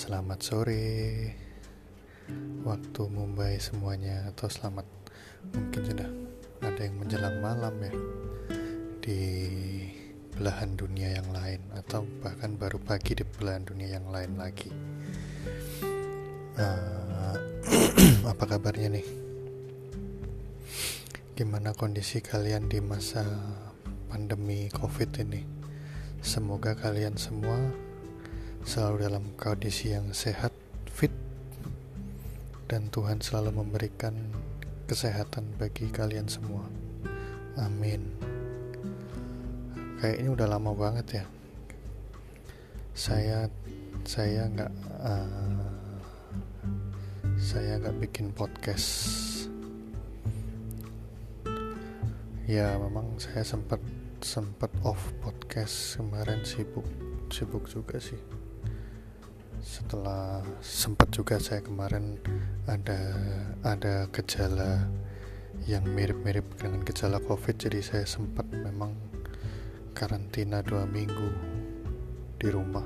Selamat sore waktu Mumbai semuanya, atau selamat, mungkin sudah ada yang menjelang malam ya di belahan dunia yang lain, atau bahkan baru pagi di belahan dunia yang lain lagi. Apa kabarnya nih? Gimana kondisi kalian di masa pandemi COVID ini? Semoga kalian semua selalu dalam kondisi yang sehat, fit, dan Tuhan selalu memberikan kesehatan bagi kalian semua. Amin. Kayak ini udah lama banget ya saya nggak bikin podcast. Ya memang saya sempat off podcast kemarin, sibuk juga sih. Setelah sempat juga saya kemarin ada gejala yang mirip-mirip dengan gejala COVID, jadi saya sempat memang karantina 2 minggu di rumah.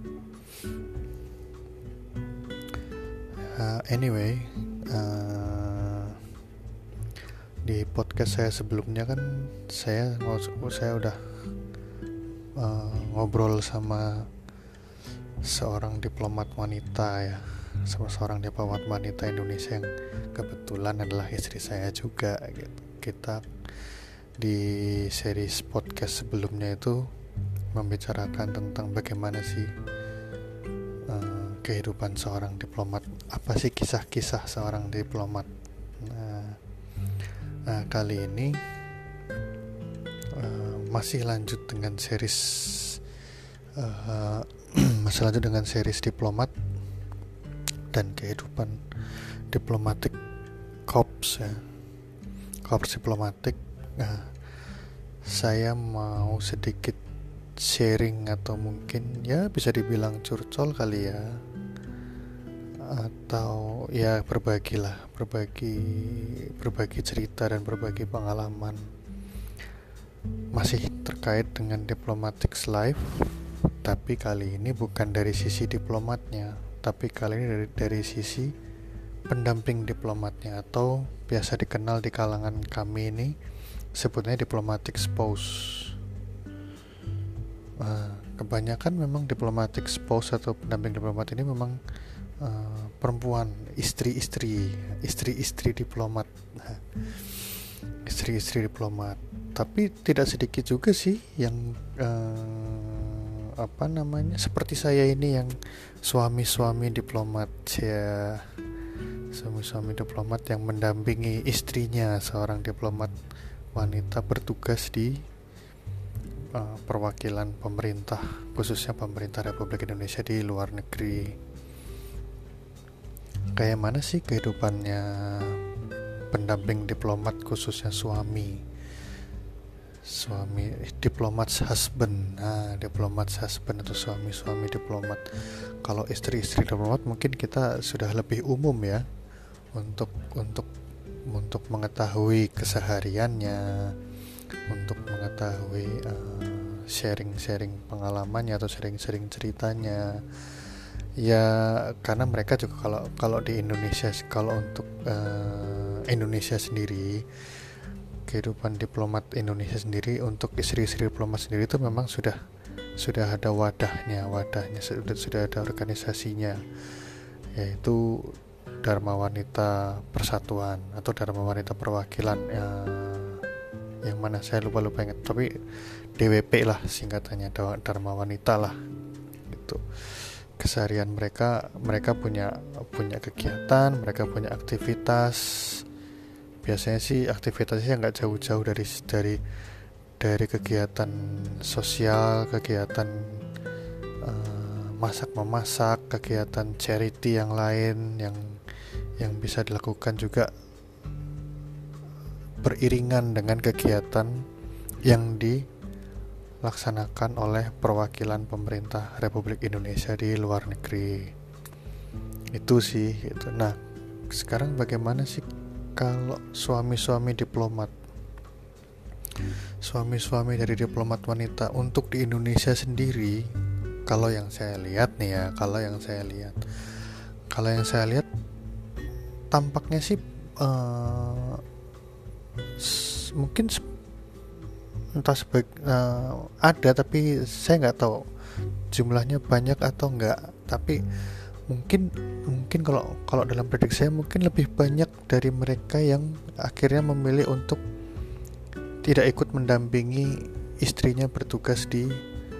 Anyway, di podcast saya sebelumnya kan saya udah ngobrol sama seorang diplomat wanita ya, sama seorang diplomat wanita Indonesia yang kebetulan adalah istri saya juga gitu. Kita di series podcast sebelumnya itu membicarakan tentang bagaimana sih kehidupan seorang diplomat, apa sih kisah-kisah seorang diplomat. Nah kali ini masih lanjut dengan series diplomat dan kehidupan diplomatik korps diplomatik. Nah, saya mau sedikit sharing, atau mungkin ya bisa dibilang curcol kali ya, atau ya berbagi cerita dan berbagi pengalaman, masih terkait dengan Diplomatics Life. Tapi kali ini bukan dari sisi diplomatnya, tapi kali ini dari sisi pendamping diplomatnya, atau biasa dikenal di kalangan kami ini sebutnya diplomatic spouse. Kebanyakan memang diplomatic spouse atau pendamping diplomat ini memang perempuan, istri-istri diplomat. Istri-istri diplomat. Tapi tidak sedikit juga sih yang seperti saya ini, yang suami-suami diplomat ya, suami-suami diplomat yang mendampingi istrinya, seorang diplomat wanita bertugas di perwakilan pemerintah, khususnya pemerintah Republik Indonesia di luar negeri. Kayak mana sih kehidupannya pendamping diplomat, khususnya suami diplomat husband. Diplomat husband atau suami diplomat. Kalau istri diplomat mungkin kita sudah lebih umum ya untuk mengetahui kesehariannya, untuk mengetahui sharing pengalamannya atau sharing ceritanya. Ya karena mereka juga kalau di Indonesia, kalau untuk Indonesia sendiri, kehidupan diplomat Indonesia sendiri, untuk istri-istri diplomat sendiri itu memang sudah ada wadahnya, sudah ada organisasinya, yaitu Dharma Wanita Persatuan atau Dharma Wanita Perwakilan, yang mana saya lupa ingat, tapi DWP lah singkatannya, Dharma Wanita lah gitu. Keseharian mereka punya kegiatan, mereka punya aktivitas. Biasanya sih aktivitasnya nggak jauh-jauh dari kegiatan sosial, kegiatan masak-memasak, kegiatan charity yang lain yang bisa dilakukan juga beriringan dengan kegiatan yang dilaksanakan oleh perwakilan pemerintah Republik Indonesia di luar negeri. Itu sih gitu. Nah, sekarang bagaimana sih kalau suami-suami dari diplomat wanita untuk di Indonesia sendiri? kalau yang saya lihat nih ya, kalau yang saya lihat tampaknya sih mungkin entah ada, tapi saya nggak tahu jumlahnya banyak atau enggak. Tapi mungkin kalau dalam prediksi saya mungkin lebih banyak dari mereka yang akhirnya memilih untuk tidak ikut mendampingi istrinya bertugas di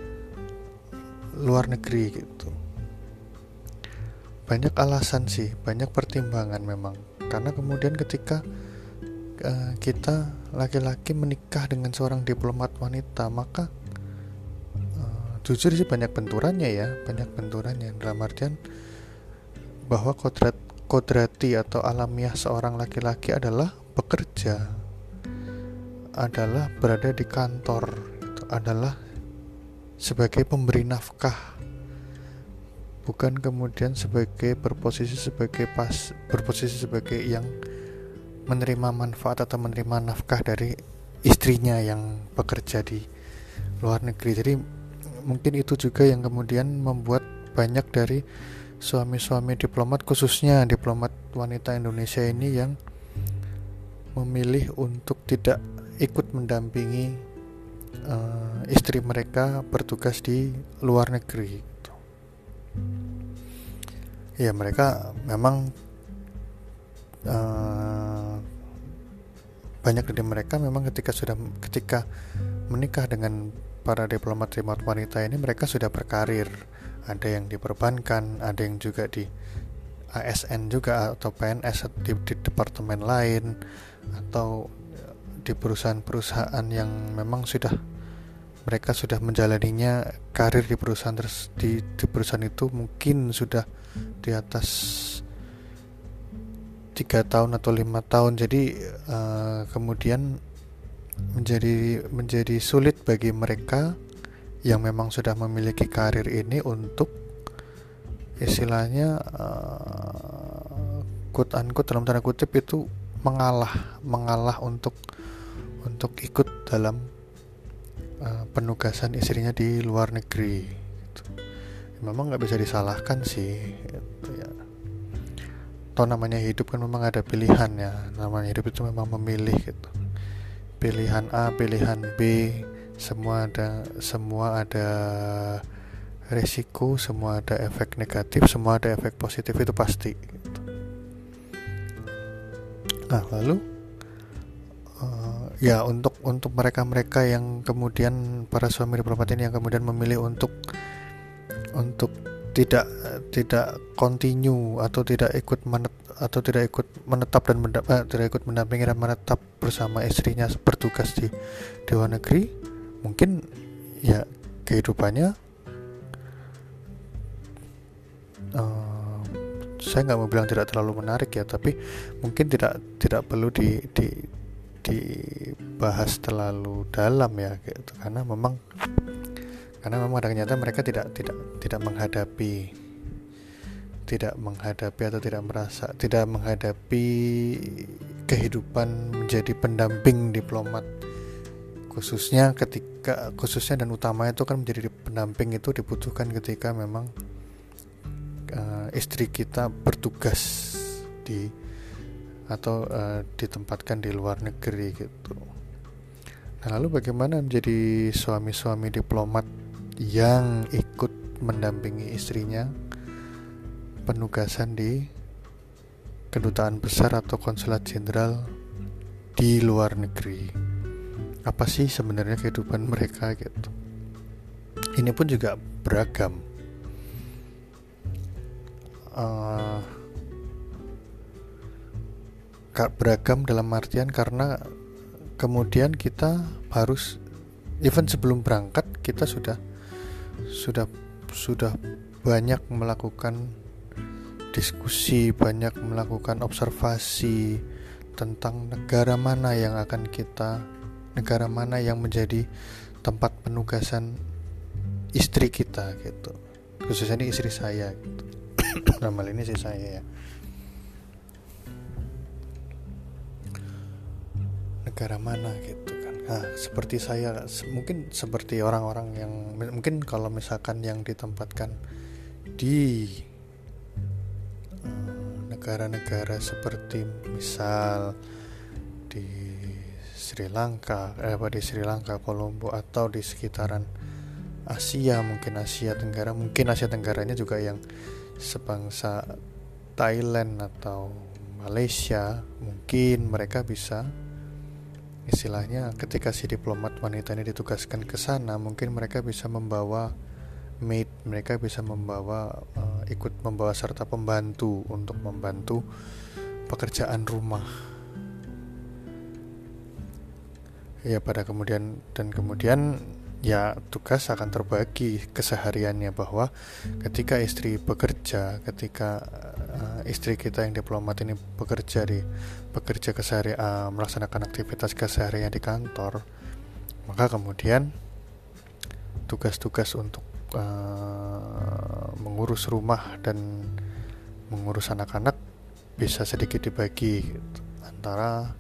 luar negeri gitu. Banyak alasan sih, banyak pertimbangan memang. Karena kemudian ketika kita laki-laki menikah dengan seorang diplomat wanita, maka jujur sih banyak benturannya dalam artian bahwa kodrati atau alamiah seorang laki-laki adalah bekerja, adalah berada di kantor, gitu, adalah sebagai pemberi nafkah, bukan kemudian berposisi sebagai yang menerima manfaat atau menerima nafkah dari istrinya yang bekerja di luar negeri. Jadi mungkin itu juga yang kemudian membuat banyak dari suami-suami diplomat, khususnya diplomat wanita Indonesia ini, yang memilih untuk tidak ikut mendampingi istri mereka bertugas di luar negeri gitu. Ya mereka memang banyak dari mereka memang ketika menikah dengan para diplomat wanita ini, mereka sudah berkarir. Ada yang di perbankan, ada yang juga di ASN juga atau PNS di departemen lain, atau di perusahaan-perusahaan yang memang mereka sudah menjalaninya karir di perusahaan itu mungkin sudah di atas 3 tahun atau 5 tahun. Jadi kemudian menjadi sulit bagi mereka yang memang sudah memiliki karir ini untuk istilahnya quote unquote dalam tanda kutip itu mengalah untuk ikut dalam penugasan istrinya di luar negeri gitu. Memang nggak bisa disalahkan sih gitu ya. Toh namanya hidup kan memang ada pilihan ya, namanya hidup itu memang memilih gitu. Pilihan A, pilihan B, semua ada resiko, semua ada efek negatif, semua ada efek positif, itu pasti gitu. Nah lalu ya untuk mereka yang kemudian para suami diplomat ini yang kemudian memilih untuk tidak continue atau tidak ikut menetap dan tidak ikut mendampingi dan menetap bersama istrinya bertugas di luar negeri, mungkin ya kehidupannya saya nggak mau bilang tidak terlalu menarik ya, tapi mungkin tidak perlu dibahas terlalu dalam ya gitu. Karena memang ada kenyataan mereka tidak menghadapi atau tidak menghadapi kehidupan menjadi pendamping diplomat, khususnya dan utamanya itu kan menjadi pendamping itu dibutuhkan ketika memang istri kita bertugas ditempatkan di luar negeri gitu. Nah lalu bagaimana menjadi suami-suami diplomat yang ikut mendampingi istrinya penugasan di kedutaan besar atau konsulat jenderal di luar negeri? Apa sih sebenarnya kehidupan mereka gitu? Ini pun juga beragam. Beragam dalam artian karena kemudian kita harus even sebelum berangkat kita sudah banyak melakukan diskusi, banyak melakukan observasi tentang negara mana yang menjadi tempat penugasan istri kita gitu. Khususnya ini istri saya gitu. Dalam hal ini sih saya ya. Negara mana gitu kan Nah, seperti saya, mungkin seperti orang-orang yang mungkin kalau misalkan yang ditempatkan di negara-negara seperti misal di Sri Lanka, Kolombo, atau di sekitaran Asia, mungkin Asia Tenggara, mungkin Asia Tenggaranya juga yang sebangsa Thailand atau Malaysia, mungkin mereka bisa, istilahnya ketika si diplomat wanita ini ditugaskan ke sana, mungkin mereka bisa membawa maid, mereka bisa ikut membawa serta pembantu untuk membantu pekerjaan rumah. Ya pada kemudian ya tugas akan terbagi kesehariannya, bahwa ketika istri bekerja, ketika istri kita yang diplomat ini bekerja keseharian, melaksanakan aktivitas keseharian di kantor, maka kemudian tugas-tugas untuk mengurus rumah dan mengurus anak-anak bisa sedikit dibagi antara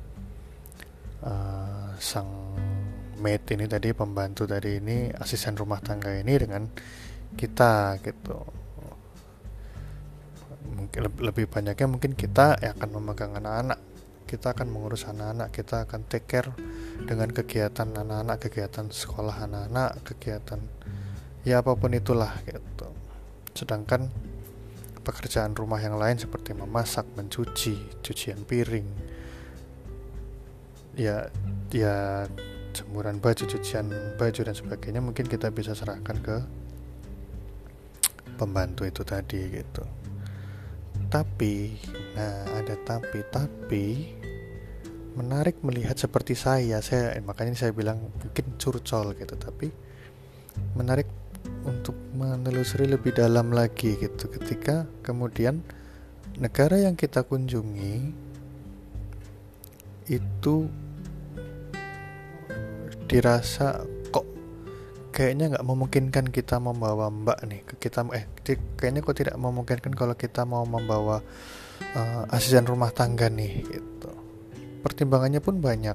sang maid ini tadi, pembantu tadi ini, asisten rumah tangga ini dengan kita gitu. Mungkin lebih banyaknya mungkin kita akan memegang anak-anak, kita akan mengurus anak-anak, kita akan take care dengan kegiatan anak-anak, kegiatan sekolah anak-anak, kegiatan ya apapun itulah gitu. Sedangkan pekerjaan rumah yang lain seperti memasak, mencuci, cucian piring, ya jemuran baju, cucian baju dan sebagainya, mungkin kita bisa serahkan ke pembantu itu tadi gitu. Tapi ada tapi menarik melihat seperti saya makanya saya bilang mungkin curcol gitu, tapi menarik untuk menelusuri lebih dalam lagi gitu, ketika kemudian negara yang kita kunjungi itu dirasa kok kayaknya nggak memungkinkan kita membawa mbak nih ke kita, kayaknya kok tidak memungkinkan kalau kita mau membawa asisten rumah tangga nih gitu. Pertimbangannya pun banyak,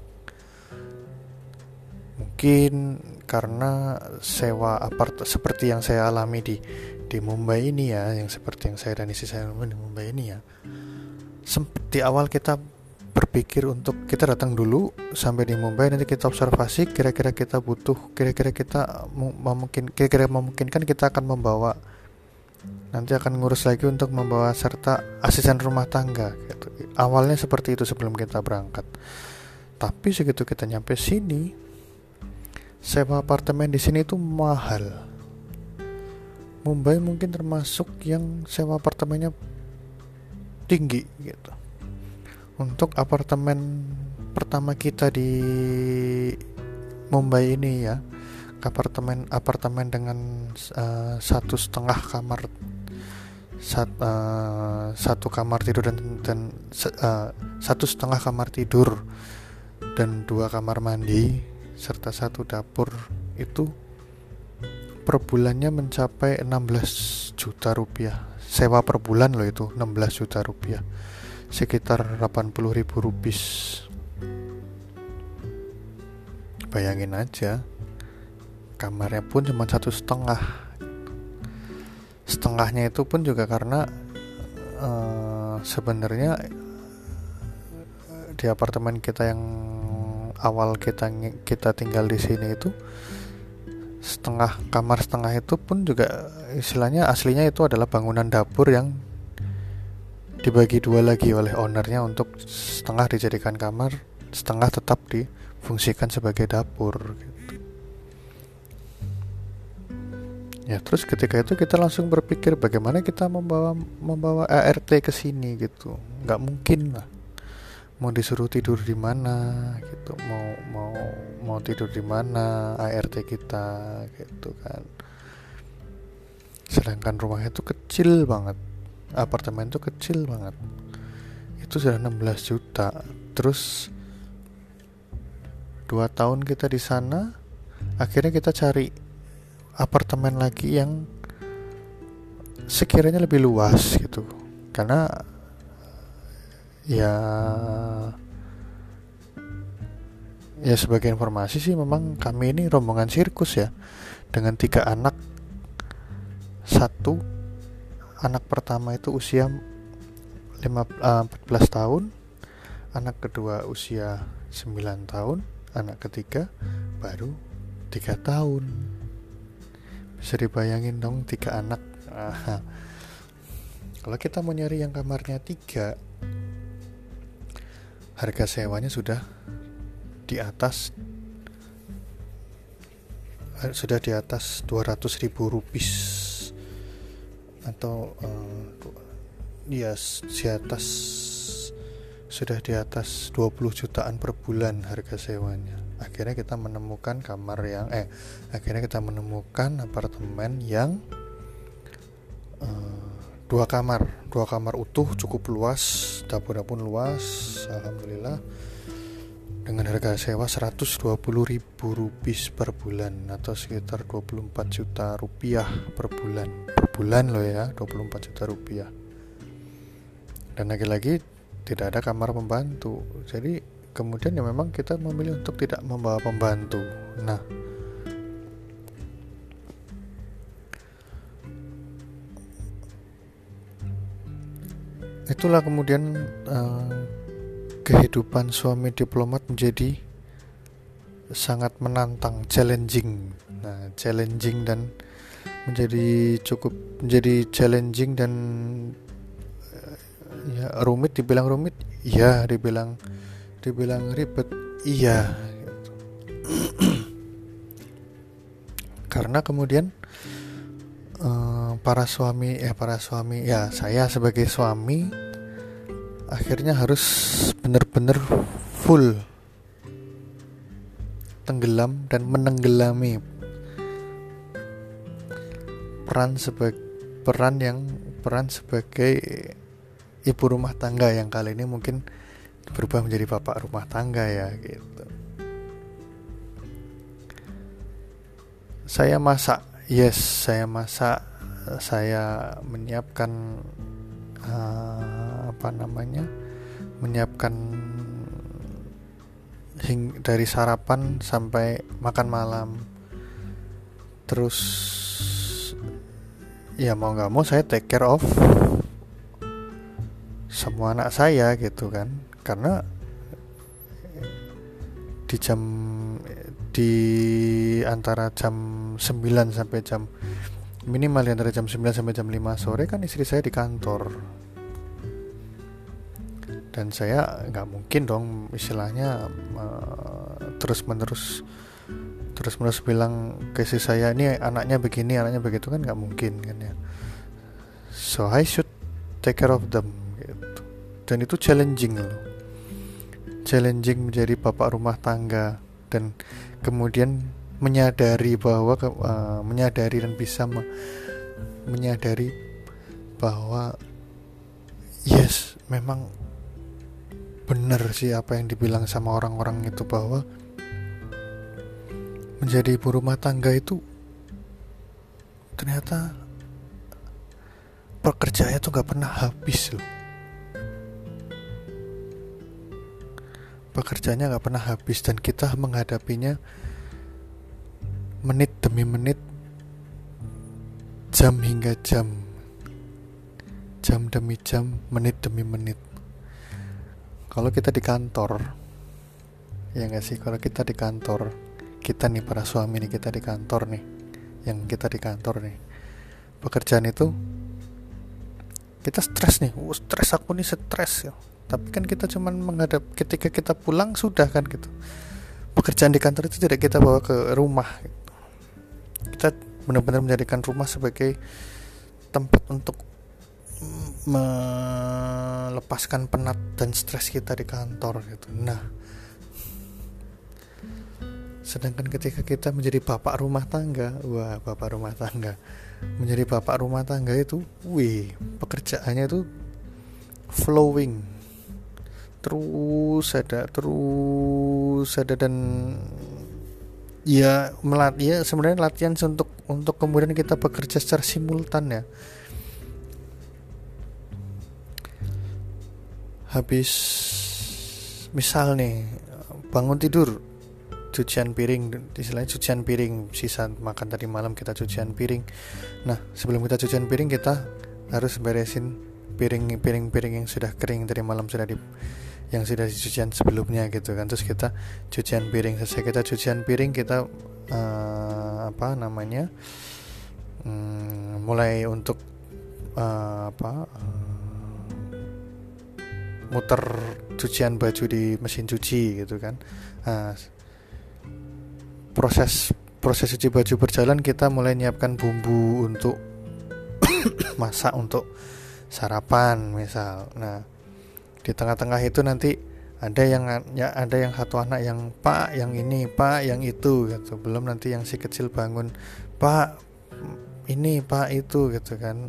mungkin karena sewa seperti yang saya alami di Mumbai ini ya, yang seperti yang saya dan istri saya di Mumbai ini ya, di awal kita berpikir untuk kita datang dulu sampai di Mumbai, nanti kita observasi kira-kira kita butuh, kira-kira memungkinkan kita akan membawa, nanti akan ngurus lagi untuk membawa serta asisten rumah tangga gitu. Awalnya seperti itu sebelum kita berangkat. Tapi segitu kita nyampe sini, sewa apartemen di sini itu mahal. Mumbai mungkin termasuk yang sewa apartemennya tinggi gitu. Untuk apartemen pertama kita di Mumbai ini ya, apartemen dengan 1,5 kamar, satu kamar tidur dan 1,5 kamar tidur dan 2 kamar mandi serta 1 dapur, itu per bulannya mencapai 16 juta rupiah. Sewa per bulan loh itu 16 juta rupiah, sekitar 80.000 rupiah. Bayangin aja, kamarnya pun cuma 1,5. Setengahnya itu pun juga karena sebenarnya di apartemen kita yang awal kita tinggal di sini itu, kamar setengah itu pun juga istilahnya aslinya itu adalah bangunan dapur yang dibagi 2 lagi oleh ownernya, untuk setengah dijadikan kamar, setengah tetap difungsikan sebagai dapur gitu. Ya terus ketika itu kita langsung berpikir bagaimana kita membawa ART ke sini gitu. Nggak mungkin lah, mau disuruh tidur di mana gitu, mau tidur di mana ART kita gitu kan. Sedangkan rumahnya itu kecil banget, apartemen itu kecil banget, itu sudah 16 juta. Terus 2 tahun kita di sana, akhirnya kita cari apartemen lagi yang sekiranya lebih luas gitu, karena ya Ya sebagai informasi sih, memang kami ini rombongan sirkus ya, dengan 3 anak. Satu anak pertama itu usia 14 tahun, anak kedua usia 9 tahun, anak ketiga baru 3 tahun. Bisa dibayangin dong, 3 anak. Kalau kita mau nyari yang kamarnya 3, harga sewanya sudah di atas 200.000 rupiah, atau ya sudah di atas 20 jutaan per bulan harga sewanya. Akhirnya kita menemukan apartemen yang 2 kamar utuh, cukup luas, dapurnya pun luas, alhamdulillah, dengan harga sewa 120.000 rupiah per bulan, atau sekitar 24 juta rupiah per bulan loh ya, 24 juta rupiah. Dan lagi-lagi tidak ada kamar pembantu. Jadi kemudian ya memang kita memilih untuk tidak membawa pembantu. Nah, itulah kemudian kehidupan suami diplomat menjadi sangat menantang, challenging. Nah, challenging dan menjadi challenging dan ya rumit. Dibilang rumit, iya. Dibilang ribet, iya. Karena kemudian para suami, saya sebagai suami akhirnya harus benar-benar full tenggelam dan menenggelami peran sebagai ibu rumah tangga, yang kali ini mungkin berubah menjadi bapak rumah tangga ya gitu. Saya masak, saya menyiapkan dari sarapan sampai makan malam. Terus ya mau gak mau saya take care of semua anak saya gitu kan, karena di antara jam 9 sampai minimal antara jam 9 sampai jam 5 sore kan istri saya di kantor. Dan saya nggak mungkin dong istilahnya terus menerus bilang ke istri saya, ini anaknya begini, anaknya begitu, kan nggak mungkin kan ya. So I should take care of them gitu. Dan itu challenging menjadi bapak rumah tangga, dan kemudian menyadari dan bisa menyadari bahwa yes, memang benar sih apa yang dibilang sama orang-orang itu, bahwa menjadi ibu rumah tangga itu ternyata pekerjaannya tuh gak pernah habis loh. Pekerjaannya gak pernah habis, dan kita menghadapinya menit demi menit, jam hingga jam demi jam, menit demi menit. Kalau kita di kantor, ya gak sih, kalau kita di kantor, kita nih para suami nih, kita di kantor nih, pekerjaan itu kita stres nih, aku nih stres ya. Tapi kan kita cuman ketika kita pulang sudah kan gitu. Pekerjaan di kantor itu tidak kita bawa ke rumah gitu. Kita benar-benar menjadikan rumah sebagai tempat untuk melepaskan penat dan stres kita di kantor gitu. Nah, sedangkan ketika kita menjadi bapak rumah tangga, menjadi bapak rumah tangga itu, pekerjaannya itu flowing, terus ada dan ya sebenarnya latihan untuk kemudian kita bekerja secara simultan ya. Habis misal nih bangun tidur cucian piring, istilahnya cucian piring, sisa makan tadi malam kita cucian piring. Nah, sebelum kita cucian piring kita harus beresin piring yang sudah kering dari malam, yang sudah dicucian sebelumnya gitu kan. Terus kita cucian piring, selesai kita cucian piring kita mulai untuk muter cucian baju di mesin cuci gitu kan. Nah, proses cuci baju berjalan, kita mulai nyiapkan bumbu untuk masak, untuk sarapan misal. Nah, di tengah-tengah itu nanti ada yang satu anak yang Pak yang ini, Pak yang itu gitu. Belum nanti yang si kecil bangun, Pak ini, Pak itu gitu kan.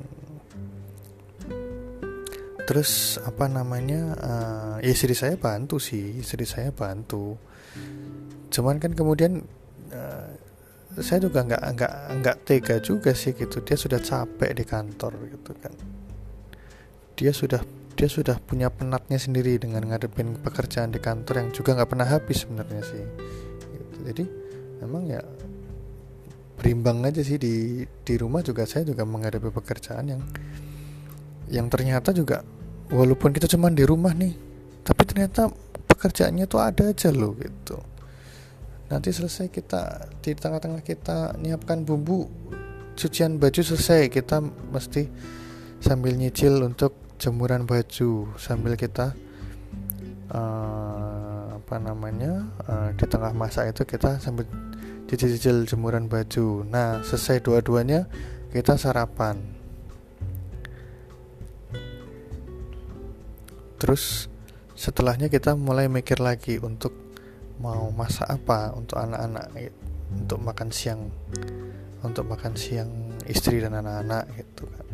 Terus istri saya bantu. Cuman kan kemudian saya juga nggak tega juga sih gitu. Dia sudah capek di kantor gitu kan. Dia sudah punya penatnya sendiri dengan ngadepin pekerjaan di kantor yang juga nggak pernah habis sebenarnya sih gitu. Jadi memang ya berimbang aja sih. Di rumah juga saya juga menghadapi pekerjaan yang ternyata juga, walaupun kita cuma di rumah nih, tapi ternyata pekerjaannya tuh ada aja loh gitu. Nanti selesai, kita di tengah-tengah kita nyiapkan bumbu cucian baju selesai, kita mesti sambil nyicil untuk jemuran baju, sambil kita di tengah masak itu kita sambil cicil-cicil jemuran baju. Nah, selesai dua-duanya kita sarapan. Terus setelahnya kita mulai mikir lagi untuk mau masak apa untuk anak-anak, untuk makan siang istri dan anak-anak gitu kan.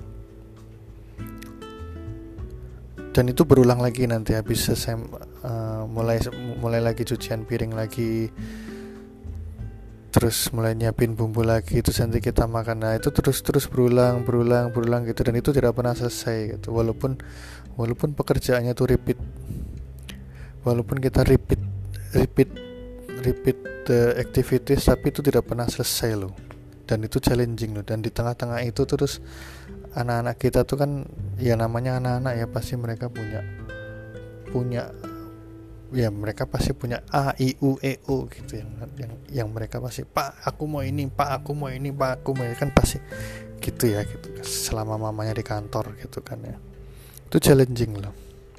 Dan itu berulang lagi, nanti habis selesai mulai lagi cucian piring lagi, terus mulai nyiapin bumbu lagi, terus nanti kita makan. Nah, itu terus berulang gitu, dan itu tidak pernah selesai gitu. Walaupun pekerjaannya tuh repeat, walaupun kita repeat activities, tapi itu tidak pernah selesai loh. Dan itu challenging loh. Dan di tengah-tengah itu terus anak-anak kita tuh kan, ya namanya anak-anak ya, pasti mereka punya mereka pasti punya A, I, U, E, O gitu, yang mereka pasti, Pak aku mau ini, Pak aku mau ini, Pak aku mau ini, kan pasti gitu ya gitu. Selama mamanya di kantor gitu kan ya, itu challenging loh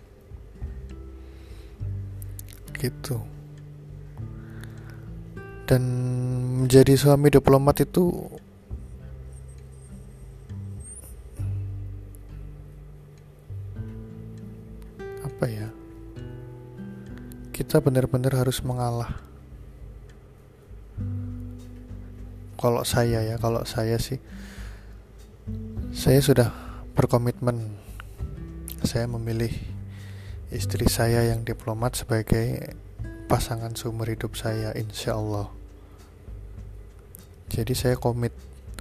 gitu. Dan menjadi suami diplomat itu apa ya, kita benar-benar harus mengalah. Kalau saya sih, saya sudah berkomitmen, saya memilih istri saya yang diplomat sebagai pasangan seumur hidup saya, insya Allah. Jadi saya komit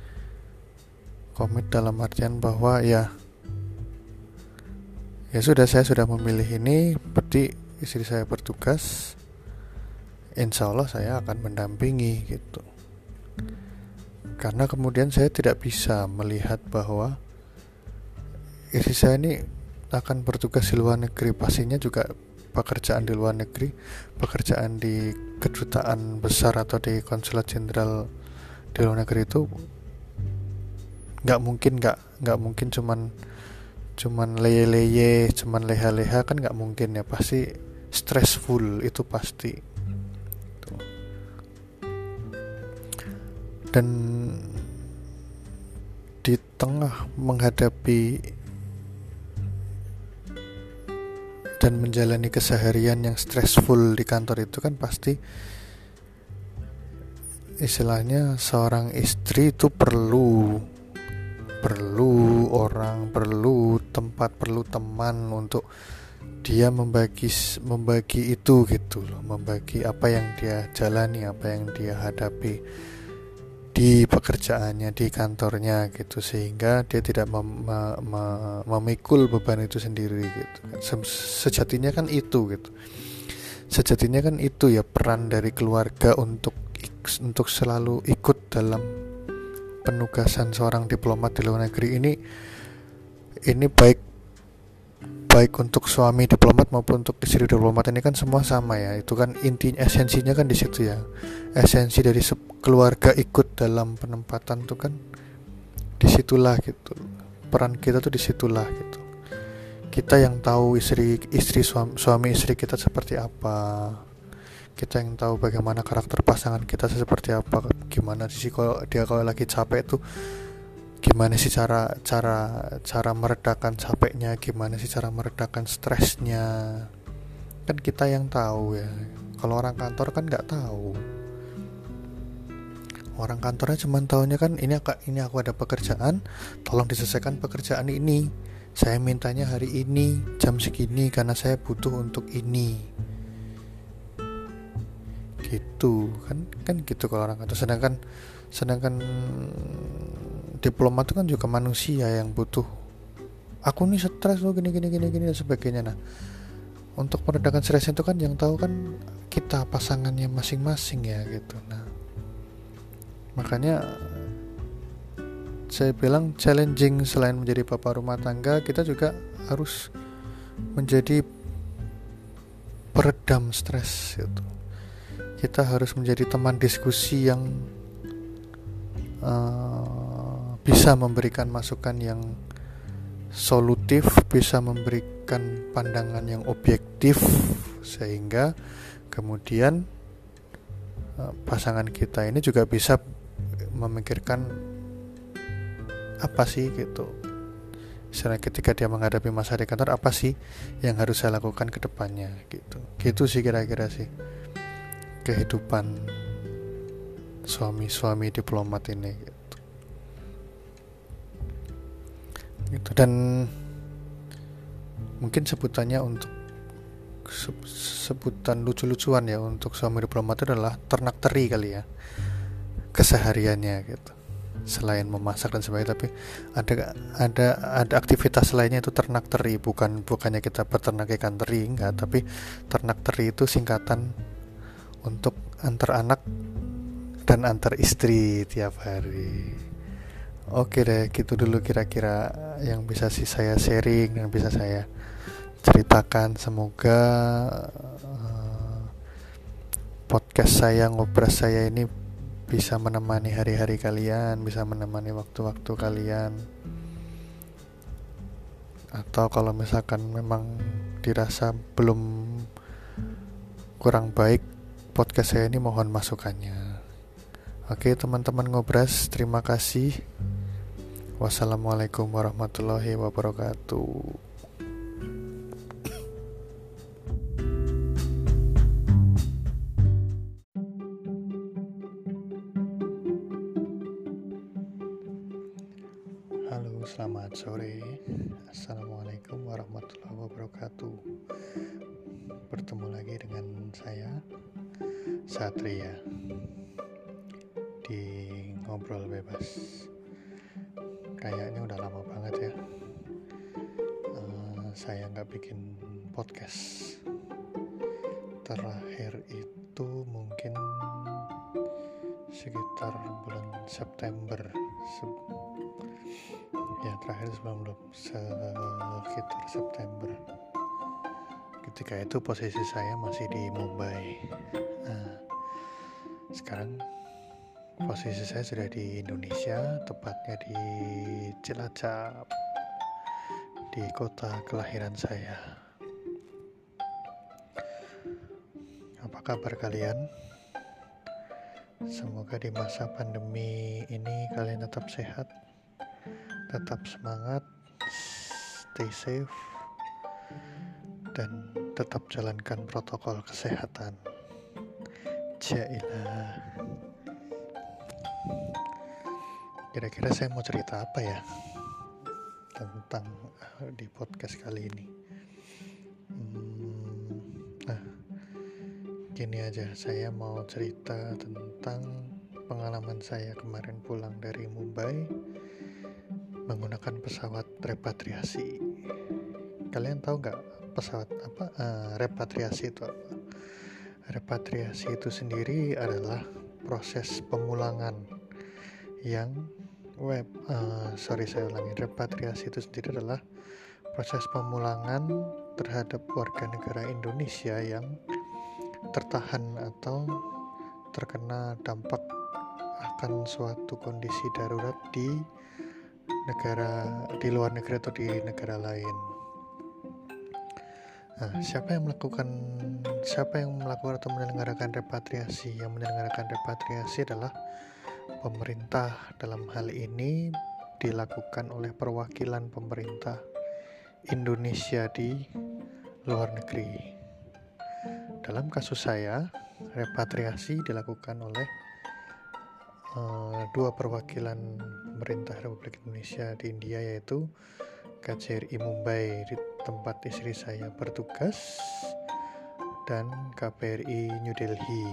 dalam artian bahwa ya sudah, saya sudah memilih ini, berarti istri saya bertugas, insya Allah saya akan mendampingi gitu. Karena kemudian saya tidak bisa melihat bahwa istri saya ini akan bertugas di luar negeri, pastinya juga pekerjaan di luar negeri, pekerjaan di kedutaan besar atau di konsulat jenderal di luar negeri itu nggak mungkin cuman leye-leye, cuman leha-leha, kan nggak mungkin ya, pasti stressful, itu pasti. Dan di tengah menghadapi dan menjalani keseharian yang stressful di kantor itu kan pasti, istilahnya seorang istri itu perlu orang, perlu tempat, perlu teman untuk dia membagi itu gitu loh, membagi apa yang dia jalani, apa yang dia hadapi di pekerjaannya, di kantornya gitu, sehingga dia tidak memikul beban itu sendiri gitu. Sejatinya kan itu gitu. sejatinya kan itu ya peran dari keluarga untuk selalu ikut dalam penugasan seorang diplomat di luar negeri. Ini baik untuk suami diplomat maupun untuk istri diplomat, ini kan semua sama ya. Itu kan intinya, esensinya kan di situ ya. Esensi dari keluarga ikut dalam penempatan itu kan disitulah gitu. Peran kita tuh disitulah gitu. Kita yang tahu suami istri kita seperti apa. Kita yang tahu bagaimana karakter pasangan kita seperti apa. Gimana sih kalau lagi capek tuh, gimana sih cara meredakan capeknya, gimana sih cara meredakan stresnya, kan kita yang tahu ya. Kalau orang kantor kan nggak tahu. Orang kantornya cuma tahunya kan ini aku ada pekerjaan, tolong diselesaikan pekerjaan ini, saya mintanya hari ini jam segini karena saya butuh untuk ini, gitu kan gitu kalau orang kantor. Sedangkan diplomat itu kan juga manusia yang butuh, aku nih stres loh gini dan sebagainya. Nah, untuk meredakan stres itu kan yang tahu kan kita, pasangannya masing-masing ya gitu. Nah, makanya saya bilang challenging, selain menjadi bapak rumah tangga, kita juga harus menjadi peredam stres gitu. Kita harus menjadi teman diskusi yang bisa memberikan masukan yang solutif, bisa memberikan pandangan yang objektif, sehingga kemudian pasangan kita ini juga bisa memikirkan apa sih gitu. Misalnya ketika dia menghadapi masa di kantor, apa sih yang harus saya lakukan ke depannya gitu sih kira-kira sih kehidupan suami diplomat ini gitu. Dan mungkin sebutannya untuk sebutan lucu-lucuan ya untuk suami diplomat itu adalah ternak teri kali ya kesehariannya gitu. Selain memasak dan sebagainya, tapi ada aktivitas lainnya itu ternak teri. Bukannya kita peternak ikan teri, enggak, tapi ternak teri itu singkatan untuk antar anak dan antar istri tiap hari. Oke deh, gitu dulu kira-kira yang bisa saya sharing dan bisa saya ceritakan. Semoga podcast saya, ngobras saya ini bisa menemani hari-hari kalian, bisa menemani waktu-waktu kalian. Atau kalau misalkan memang dirasa belum, kurang baik podcast saya ini, mohon masukannya. Oke teman-teman ngobras, terima kasih. Wassalamualaikum warahmatullahi wabarakatuh. Halo, selamat sore. Assalamualaikum warahmatullahi wabarakatuh. Bertemu lagi dengan saya, Satria, di Ngobrol Bebas. Kayaknya udah lama banget ya saya nggak bikin podcast. Terakhir itu mungkin sekitar bulan September ya, terakhir sebelum sekitar September. Ketika itu posisi saya masih di Mumbai. Nah, sekarang posisi saya sudah di Indonesia, tepatnya di Cilacap, di kota kelahiran saya. Apa kabar kalian? Semoga di masa pandemi ini kalian tetap sehat, tetap semangat, stay safe, dan tetap jalankan protokol kesehatan. Jailah. Kira-kira saya mau cerita apa ya tentang di podcast kali ini? Nah, gini aja, saya mau cerita tentang pengalaman saya kemarin pulang dari Mumbai menggunakan pesawat repatriasi. Kalian tahu nggak pesawat apa repatriasi itu apa? Repatriasi itu sendiri adalah proses pemulangan yang repatriasi itu sendiri adalah proses pemulangan terhadap warga negara Indonesia yang tertahan atau terkena dampak akan suatu kondisi darurat di luar negeri atau di negara lain. Nah, siapa yang melakukan atau menyelenggarakan repatriasi? Yang menyelenggarakan repatriasi adalah pemerintah. Dalam hal ini dilakukan oleh perwakilan pemerintah Indonesia di luar negeri. Dalam kasus saya, repatriasi dilakukan oleh dua perwakilan pemerintah Republik Indonesia di India, yaitu KJRI Mumbai di tempat istri saya bertugas dan KBRI New Delhi.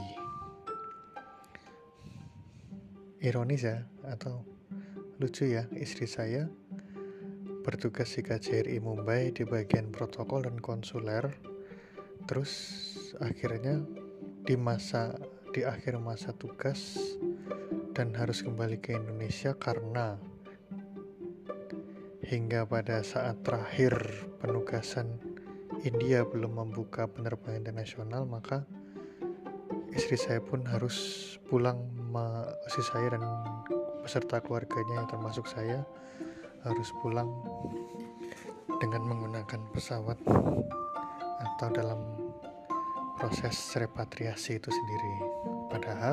Ironis ya, atau lucu ya, istri saya bertugas di KJRI Mumbai di bagian protokol dan konsuler, terus akhirnya di akhir masa tugas dan harus kembali ke Indonesia karena hingga pada saat terakhir penugasan India belum membuka penerbangan internasional, maka istri saya pun harus pulang. Istri saya dan beserta keluarganya yang termasuk saya harus pulang dengan menggunakan pesawat atau dalam proses repatriasi itu sendiri. Padahal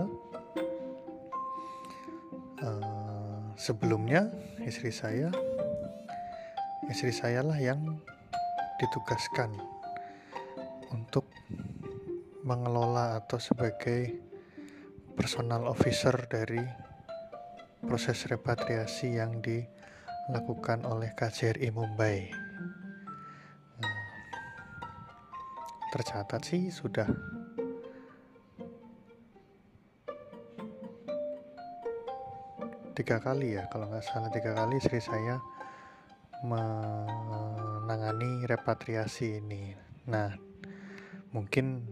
sebelumnya istri saya lah yang ditugaskan untuk mengelola atau sebagai personal officer dari proses repatriasi yang dilakukan oleh KJRI Mumbai. Tercatat sih sudah 3 kali ya, kalau nggak salah 3 kali istri saya menangani repatriasi ini. Nah, mungkin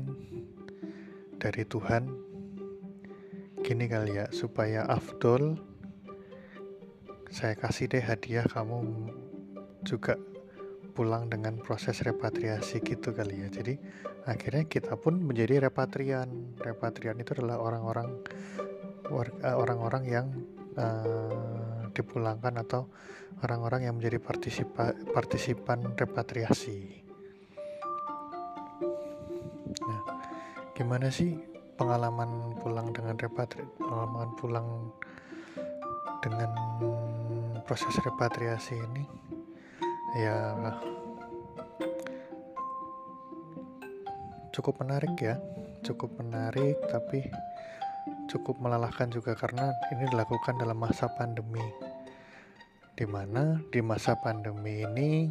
dari Tuhan gini kali ya, supaya afdol saya kasih deh hadiah kamu juga pulang dengan proses repatriasi gitu kali ya. Jadi akhirnya kita pun menjadi repatrian. Repatrian itu adalah orang-orang yang dipulangkan atau orang-orang yang menjadi partisipan repatriasi. Nah, gimana sih pengalaman pulang dengan proses repatriasi ini? Ya, cukup menarik tapi cukup melelahkan juga, karena ini dilakukan dalam masa pandemi, di mana di masa pandemi ini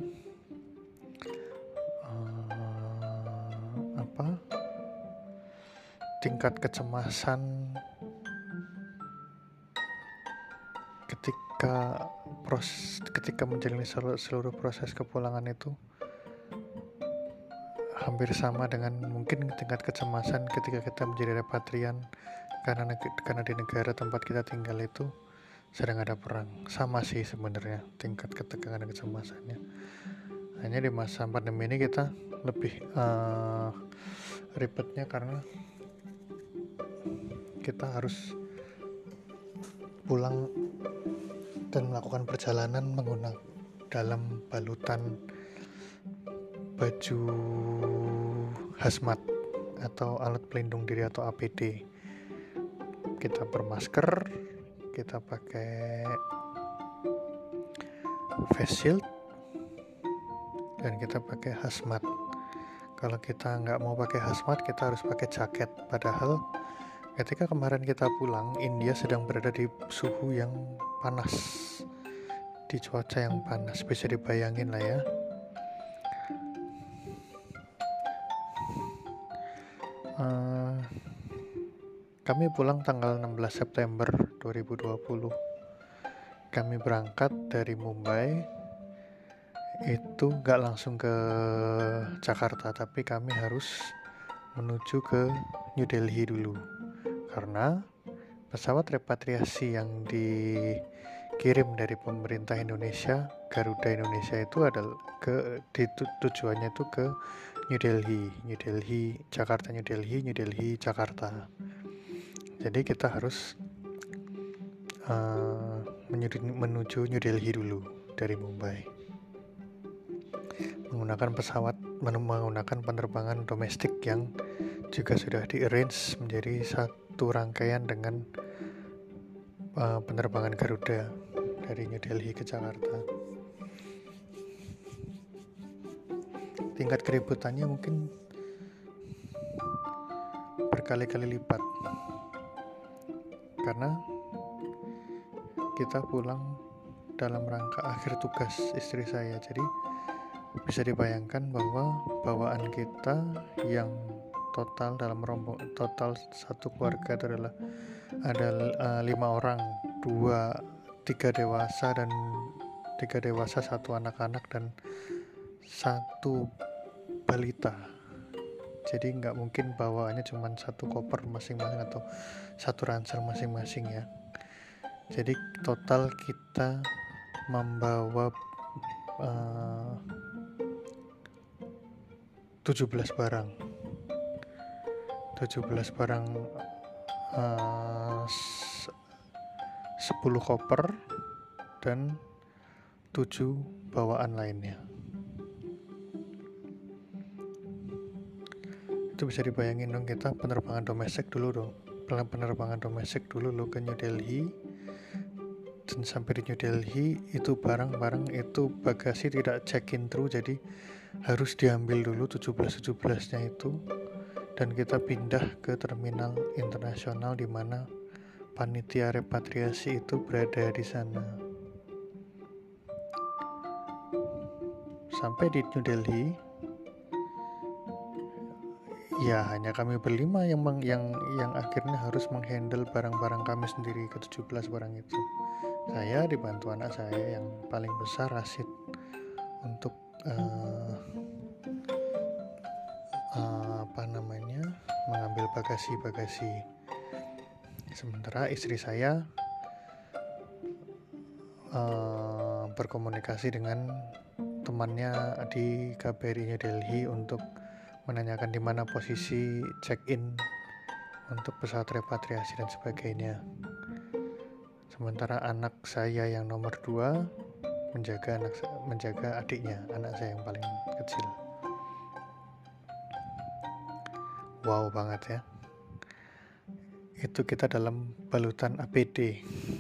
tingkat kecemasan ketika menjalani seluruh proses kepulangan itu hampir sama dengan mungkin tingkat kecemasan ketika kita menjadi repatrian karena di negara tempat kita tinggal itu sedang ada perang. Sama sih sebenarnya tingkat ketegangan dan kecemasannya. Hanya di masa pandemi ini kita lebih ribetnya karena kita harus pulang dan melakukan perjalanan menggunakan dalam balutan baju hazmat atau alat pelindung diri atau APD. Kita bermasker, kita pakai face shield, dan kita pakai hazmat. Kalau kita nggak mau pakai hazmat, kita harus pakai jaket. Padahal ketika kemarin kita pulang, India sedang berada di suhu yang panas, di cuaca yang panas, bisa dibayangin lah ya. Kami pulang tanggal 16 September 2020. Kami berangkat dari Mumbai, itu gak langsung ke Jakarta, tapi kami harus menuju ke New Delhi dulu, karena pesawat repatriasi yang dikirim dari pemerintah Indonesia, Garuda Indonesia, itu adalah tujuannya itu ke New Delhi, Jakarta, New Delhi, Jakarta. Jadi kita harus menuju New Delhi dulu dari Mumbai menggunakan penerbangan domestik yang juga sudah di-arrange menjadi satu rangkaian dengan penerbangan Garuda dari New Delhi ke Jakarta. Tingkat keributannya mungkin berkali-kali lipat, karena kita pulang dalam rangka akhir tugas istri saya. Jadi bisa dibayangkan bahwa bawaan kita yang total total satu keluarga itu ada 5 orang, 3 dewasa, 1 anak-anak dan 1 balita. Jadi nggak mungkin bawaannya cuma 1 koper masing-masing atau 1 ransel masing-masing ya. Jadi total kita membawa 17 barang 10 koper dan 7 bawaan lainnya. Itu bisa dibayangin dong, kita penerbangan domestik dulu ke New Delhi. Dan sampai di New Delhi itu barang-barang itu bagasi tidak check-in through, jadi harus diambil dulu 17-nya itu, dan kita pindah ke terminal internasional di mana panitia repatriasi itu berada di sana. Sampai di New Delhi, ya hanya kami berlima yang akhirnya harus menghandle barang-barang kami sendiri, ke 17 barang itu. Saya dibantu anak saya yang paling besar, Rashid, untuk mengambil bagasi. Sementara istri saya berkomunikasi dengan temannya di KBRI New Delhi untuk menanyakan di mana posisi check-in untuk pesawat repatriasi dan sebagainya. Sementara anak saya yang nomor 2 menjaga adiknya, anak saya yang paling kecil. Wow banget ya. Itu kita dalam balutan APD.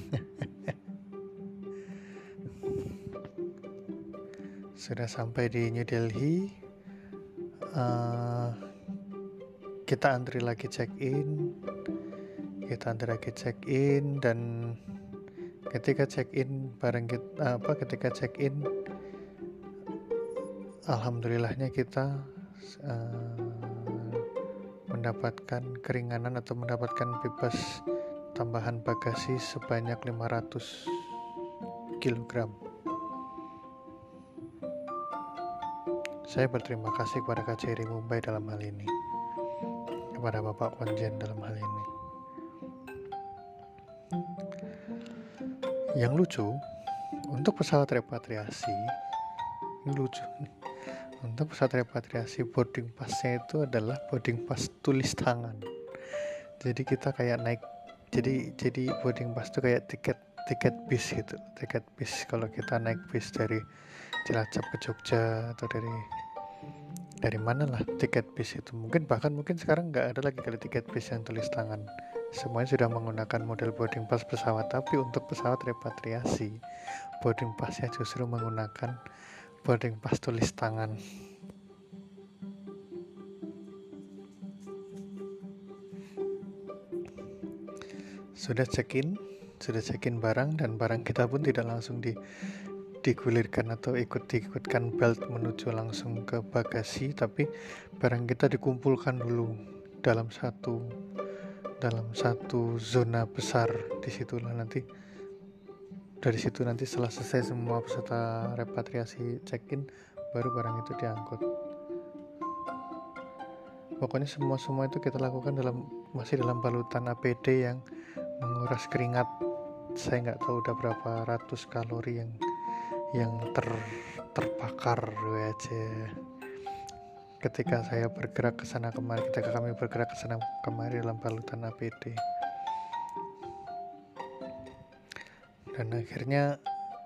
Sudah sampai di New Delhi, kita antri lagi check-in, dan ketika check-in, alhamdulillahnya kita mendapatkan keringanan atau mendapatkan bebas tambahan bagasi sebanyak 500 kg. Saya berterima kasih kepada KJRI Mumbai dalam hal ini, kepada Bapak Konjen dalam hal ini. Yang lucu, untuk pesawat repatriasi, boarding passnya itu adalah boarding pass tulis tangan. Jadi kita kayak naik, jadi boarding pass itu kayak tiket bis gitu, tiket bis kalau kita naik bis dari Cilacap ke Jogja atau dari mana lah tiket bis itu. Mungkin sekarang nggak ada lagi kali tiket bis yang tulis tangan. Semuanya sudah menggunakan model boarding pass pesawat, tapi untuk pesawat repatriasi boarding passnya justru menggunakan boarding pass tulis tangan. Sudah check-in barang, dan barang kita pun tidak langsung digulirkan atau diikutkan belt menuju langsung ke bagasi, tapi barang kita dikumpulkan dulu dalam satu zona besar. Dari situ nanti setelah selesai semua peserta repatriasi check-in, baru barang itu diangkut. pokoknya semua itu kita lakukan masih dalam balutan APD yang menguras keringat. Saya nggak tahu udah berapa ratus kalori yang terbakar aja ketika saya bergerak ke sana kemari, ketika kami bergerak ke sana kemari dalam balutan APD. Dan akhirnya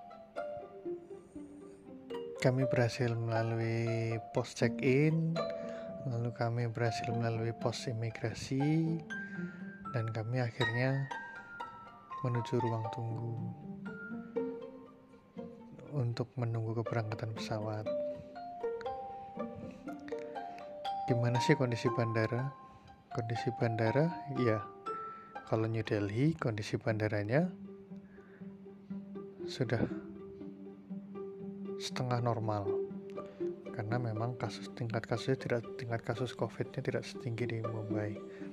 kami berhasil melalui pos check-in, lalu kami berhasil melalui pos imigrasi, dan kami akhirnya menuju ruang tunggu untuk menunggu keberangkatan pesawat. Gimana sih kondisi bandara? Kondisi bandara, ya, kalau New Delhi kondisi bandaranya sudah setengah normal, karena memang tingkat kasus COVID-nya tidak setinggi di Mumbai.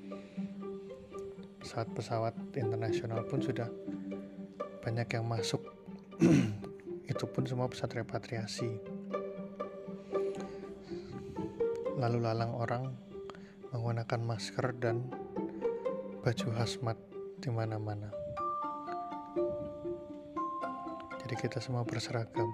Pesawat internasional pun sudah banyak yang masuk. Itu pun semua pesawat repatriasi. Lalu lalang orang menggunakan masker dan baju hazmat di mana-mana. Jadi kita semua berseragam.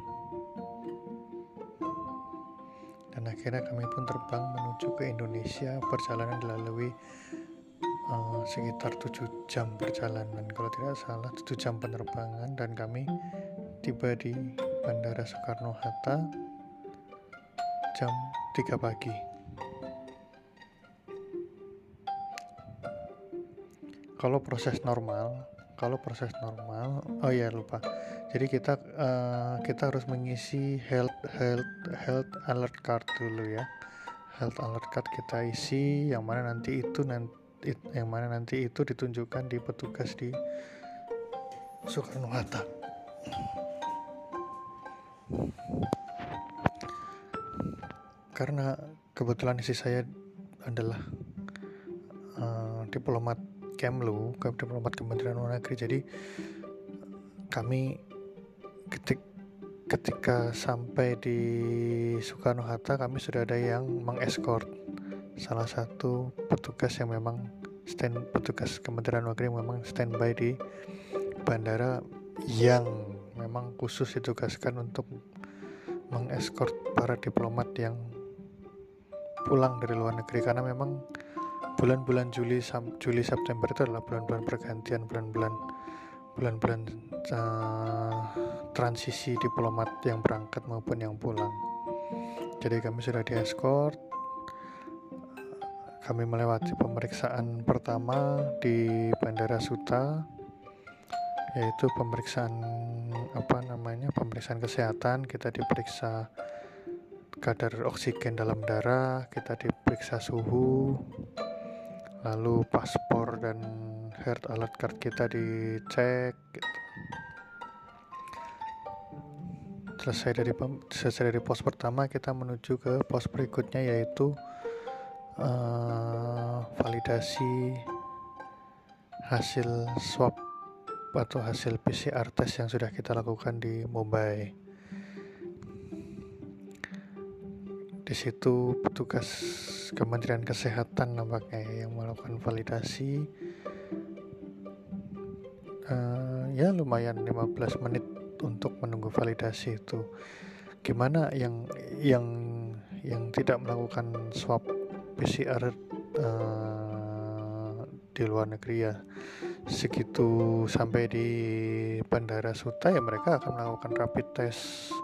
Dan akhirnya kami pun terbang menuju ke Indonesia. Perjalanan dilalui sekitar 7 jam perjalanan, kalau tidak salah 7 jam penerbangan, dan kami tiba di Bandara Soekarno-Hatta jam 3 pagi. Kalau proses normal, oh ya lupa. Jadi kita harus mengisi health alert card dulu ya. Health alert card kita isi, yang mana nanti itu ditunjukkan di petugas di Soekarno-Hatta. Karena kebetulan isi saya adalah diplomat Kemlu, diplomat Kementerian Luar Negeri, jadi kami ketika sampai di Soekarno-Hatta, kami sudah ada yang mengeskort salah satu petugas yang memang petugas Kementerian Luar Negeri memang standby di bandara, yang memang khusus ditugaskan untuk mengeskort para diplomat yang pulang dari luar negeri, karena memang bulan-bulan Juli September itu adalah bulan-bulan pergantian, bulan-bulan transisi diplomat yang berangkat maupun yang pulang. Jadi kami sudah dieskort. Kami melewati pemeriksaan pertama di Bandara Suta, yaitu pemeriksaan kesehatan. Kita diperiksa kadar oksigen dalam darah, kita diperiksa suhu, lalu paspor dan health alert card kita dicek gitu. Selesai dari pos pertama, kita menuju ke pos berikutnya, yaitu validasi hasil swab atau hasil PCR test yang sudah kita lakukan di Mumbai. Di situ petugas Kementerian Kesehatan nampaknya yang melakukan validasi. Ya lumayan 15 menit untuk menunggu validasi itu. Gimana yang tidak melakukan swab PCR di luar negeri ya, segitu sampai di Bandara Suta ya mereka akan melakukan rapid test.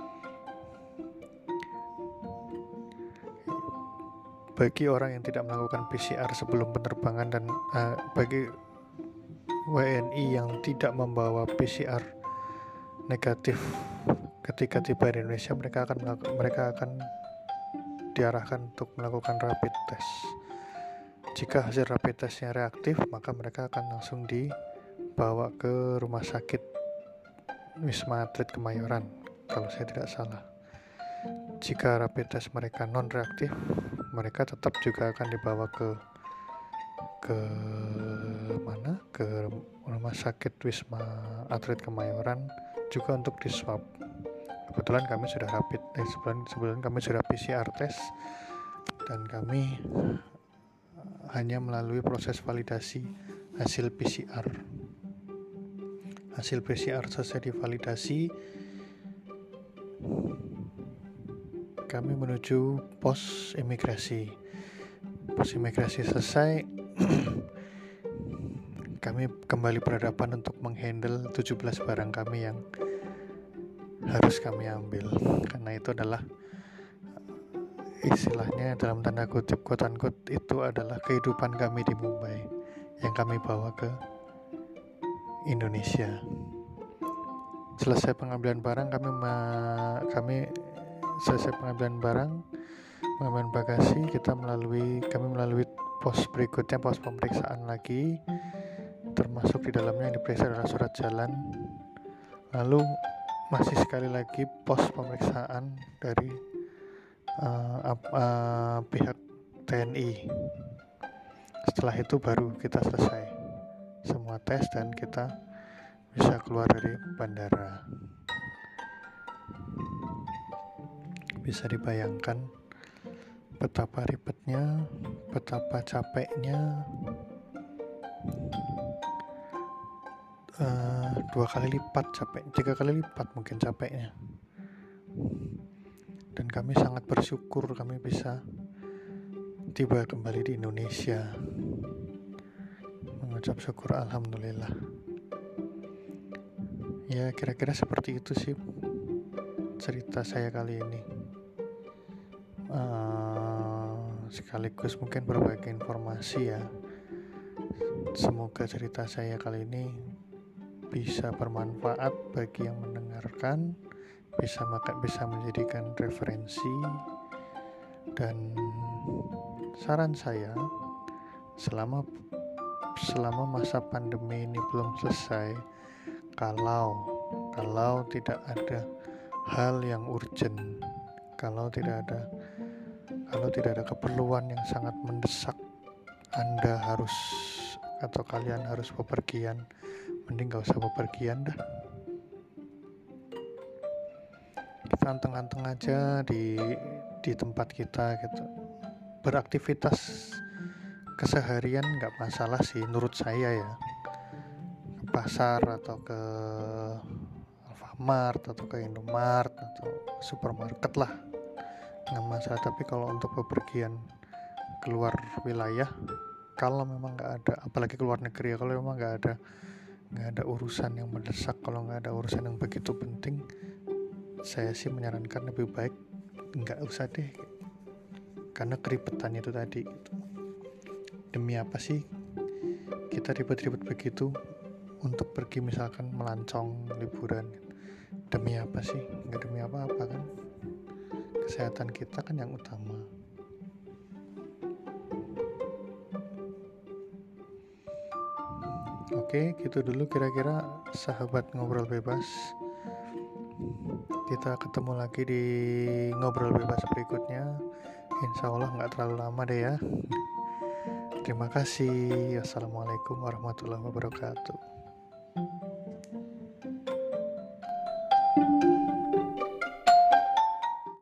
Bagi orang yang tidak melakukan PCR sebelum penerbangan, dan bagi WNI yang tidak membawa PCR negatif ketika tiba di Indonesia, mereka akan diarahkan untuk melakukan rapid test. Jika hasil rapid testnya reaktif, maka mereka akan langsung dibawa ke rumah sakit Wisma Atlet Kemayoran, kalau saya tidak salah. Jika rapid test mereka non reaktif, mereka tetap juga akan dibawa ke rumah sakit Wisma Atlet Kemayoran juga untuk diswab. Kebetulan kami sudah sebulan kami sudah PCR test, dan kami hanya melalui proses validasi hasil PCR. Hasil PCR selesai divalidasi, kami menuju pos imigrasi. Pos imigrasi selesai, kami kembali berhadapan untuk menghandle 17 barang kami yang harus kami ambil, karena itu adalah istilahnya dalam tanda kutip quote unquote itu adalah kehidupan kami di Mumbai yang kami bawa ke Indonesia. Selesai pengambilan barang, kami selesai pengambilan bagasi, kami melalui pos berikutnya, pos pemeriksaan lagi, termasuk di dalamnya yang diperiksa adalah surat jalan. Lalu masih sekali lagi pos pemeriksaan dari pihak TNI. Setelah itu baru kita selesai semua tes dan kita bisa keluar dari bandara. Bisa dibayangkan betapa ribetnya, betapa capeknya, 2 kali lipat capek, 3 kali lipat mungkin capeknya. Dan kami sangat bersyukur kami bisa tiba kembali di Indonesia. Mengucap syukur alhamdulillah. Ya, kira-kira seperti itu sih cerita saya kali ini. Sekaligus mungkin berbagi informasi ya. Semoga cerita saya kali ini bisa bermanfaat bagi yang mendengarkan, bisa menjadikan referensi. Dan saran saya, selama masa pandemi ini belum selesai, kalau tidak ada hal yang urgent, kalau tidak ada keperluan yang sangat mendesak, kalian harus bepergian, mending gak usah bepergian dah. Kita anteng-anteng aja di tempat kita gitu. Beraktivitas keseharian gak masalah sih menurut saya ya. Ke pasar atau ke Alfamart atau ke Indomart atau supermarket lah, gak masalah. Tapi kalau untuk bepergian keluar wilayah, kalau memang gak ada, apalagi keluar negeri ya, kalau memang gak ada urusan yang mendesak, kalau gak ada urusan yang begitu penting, saya sih menyarankan lebih baik nggak usah deh, karena keribetan itu tadi gitu. Demi apa sih kita ribet-ribet begitu untuk pergi misalkan melancong liburan? Demi apa sih? Nggak demi apa-apa kan, kesehatan kita kan yang utama. Oke, gitu dulu kira-kira sahabat ngobrol bebas. Kita ketemu lagi di ngobrol bebas berikutnya. Insya Allah gak terlalu lama deh ya. Terima kasih. Wassalamualaikum warahmatullahi wabarakatuh.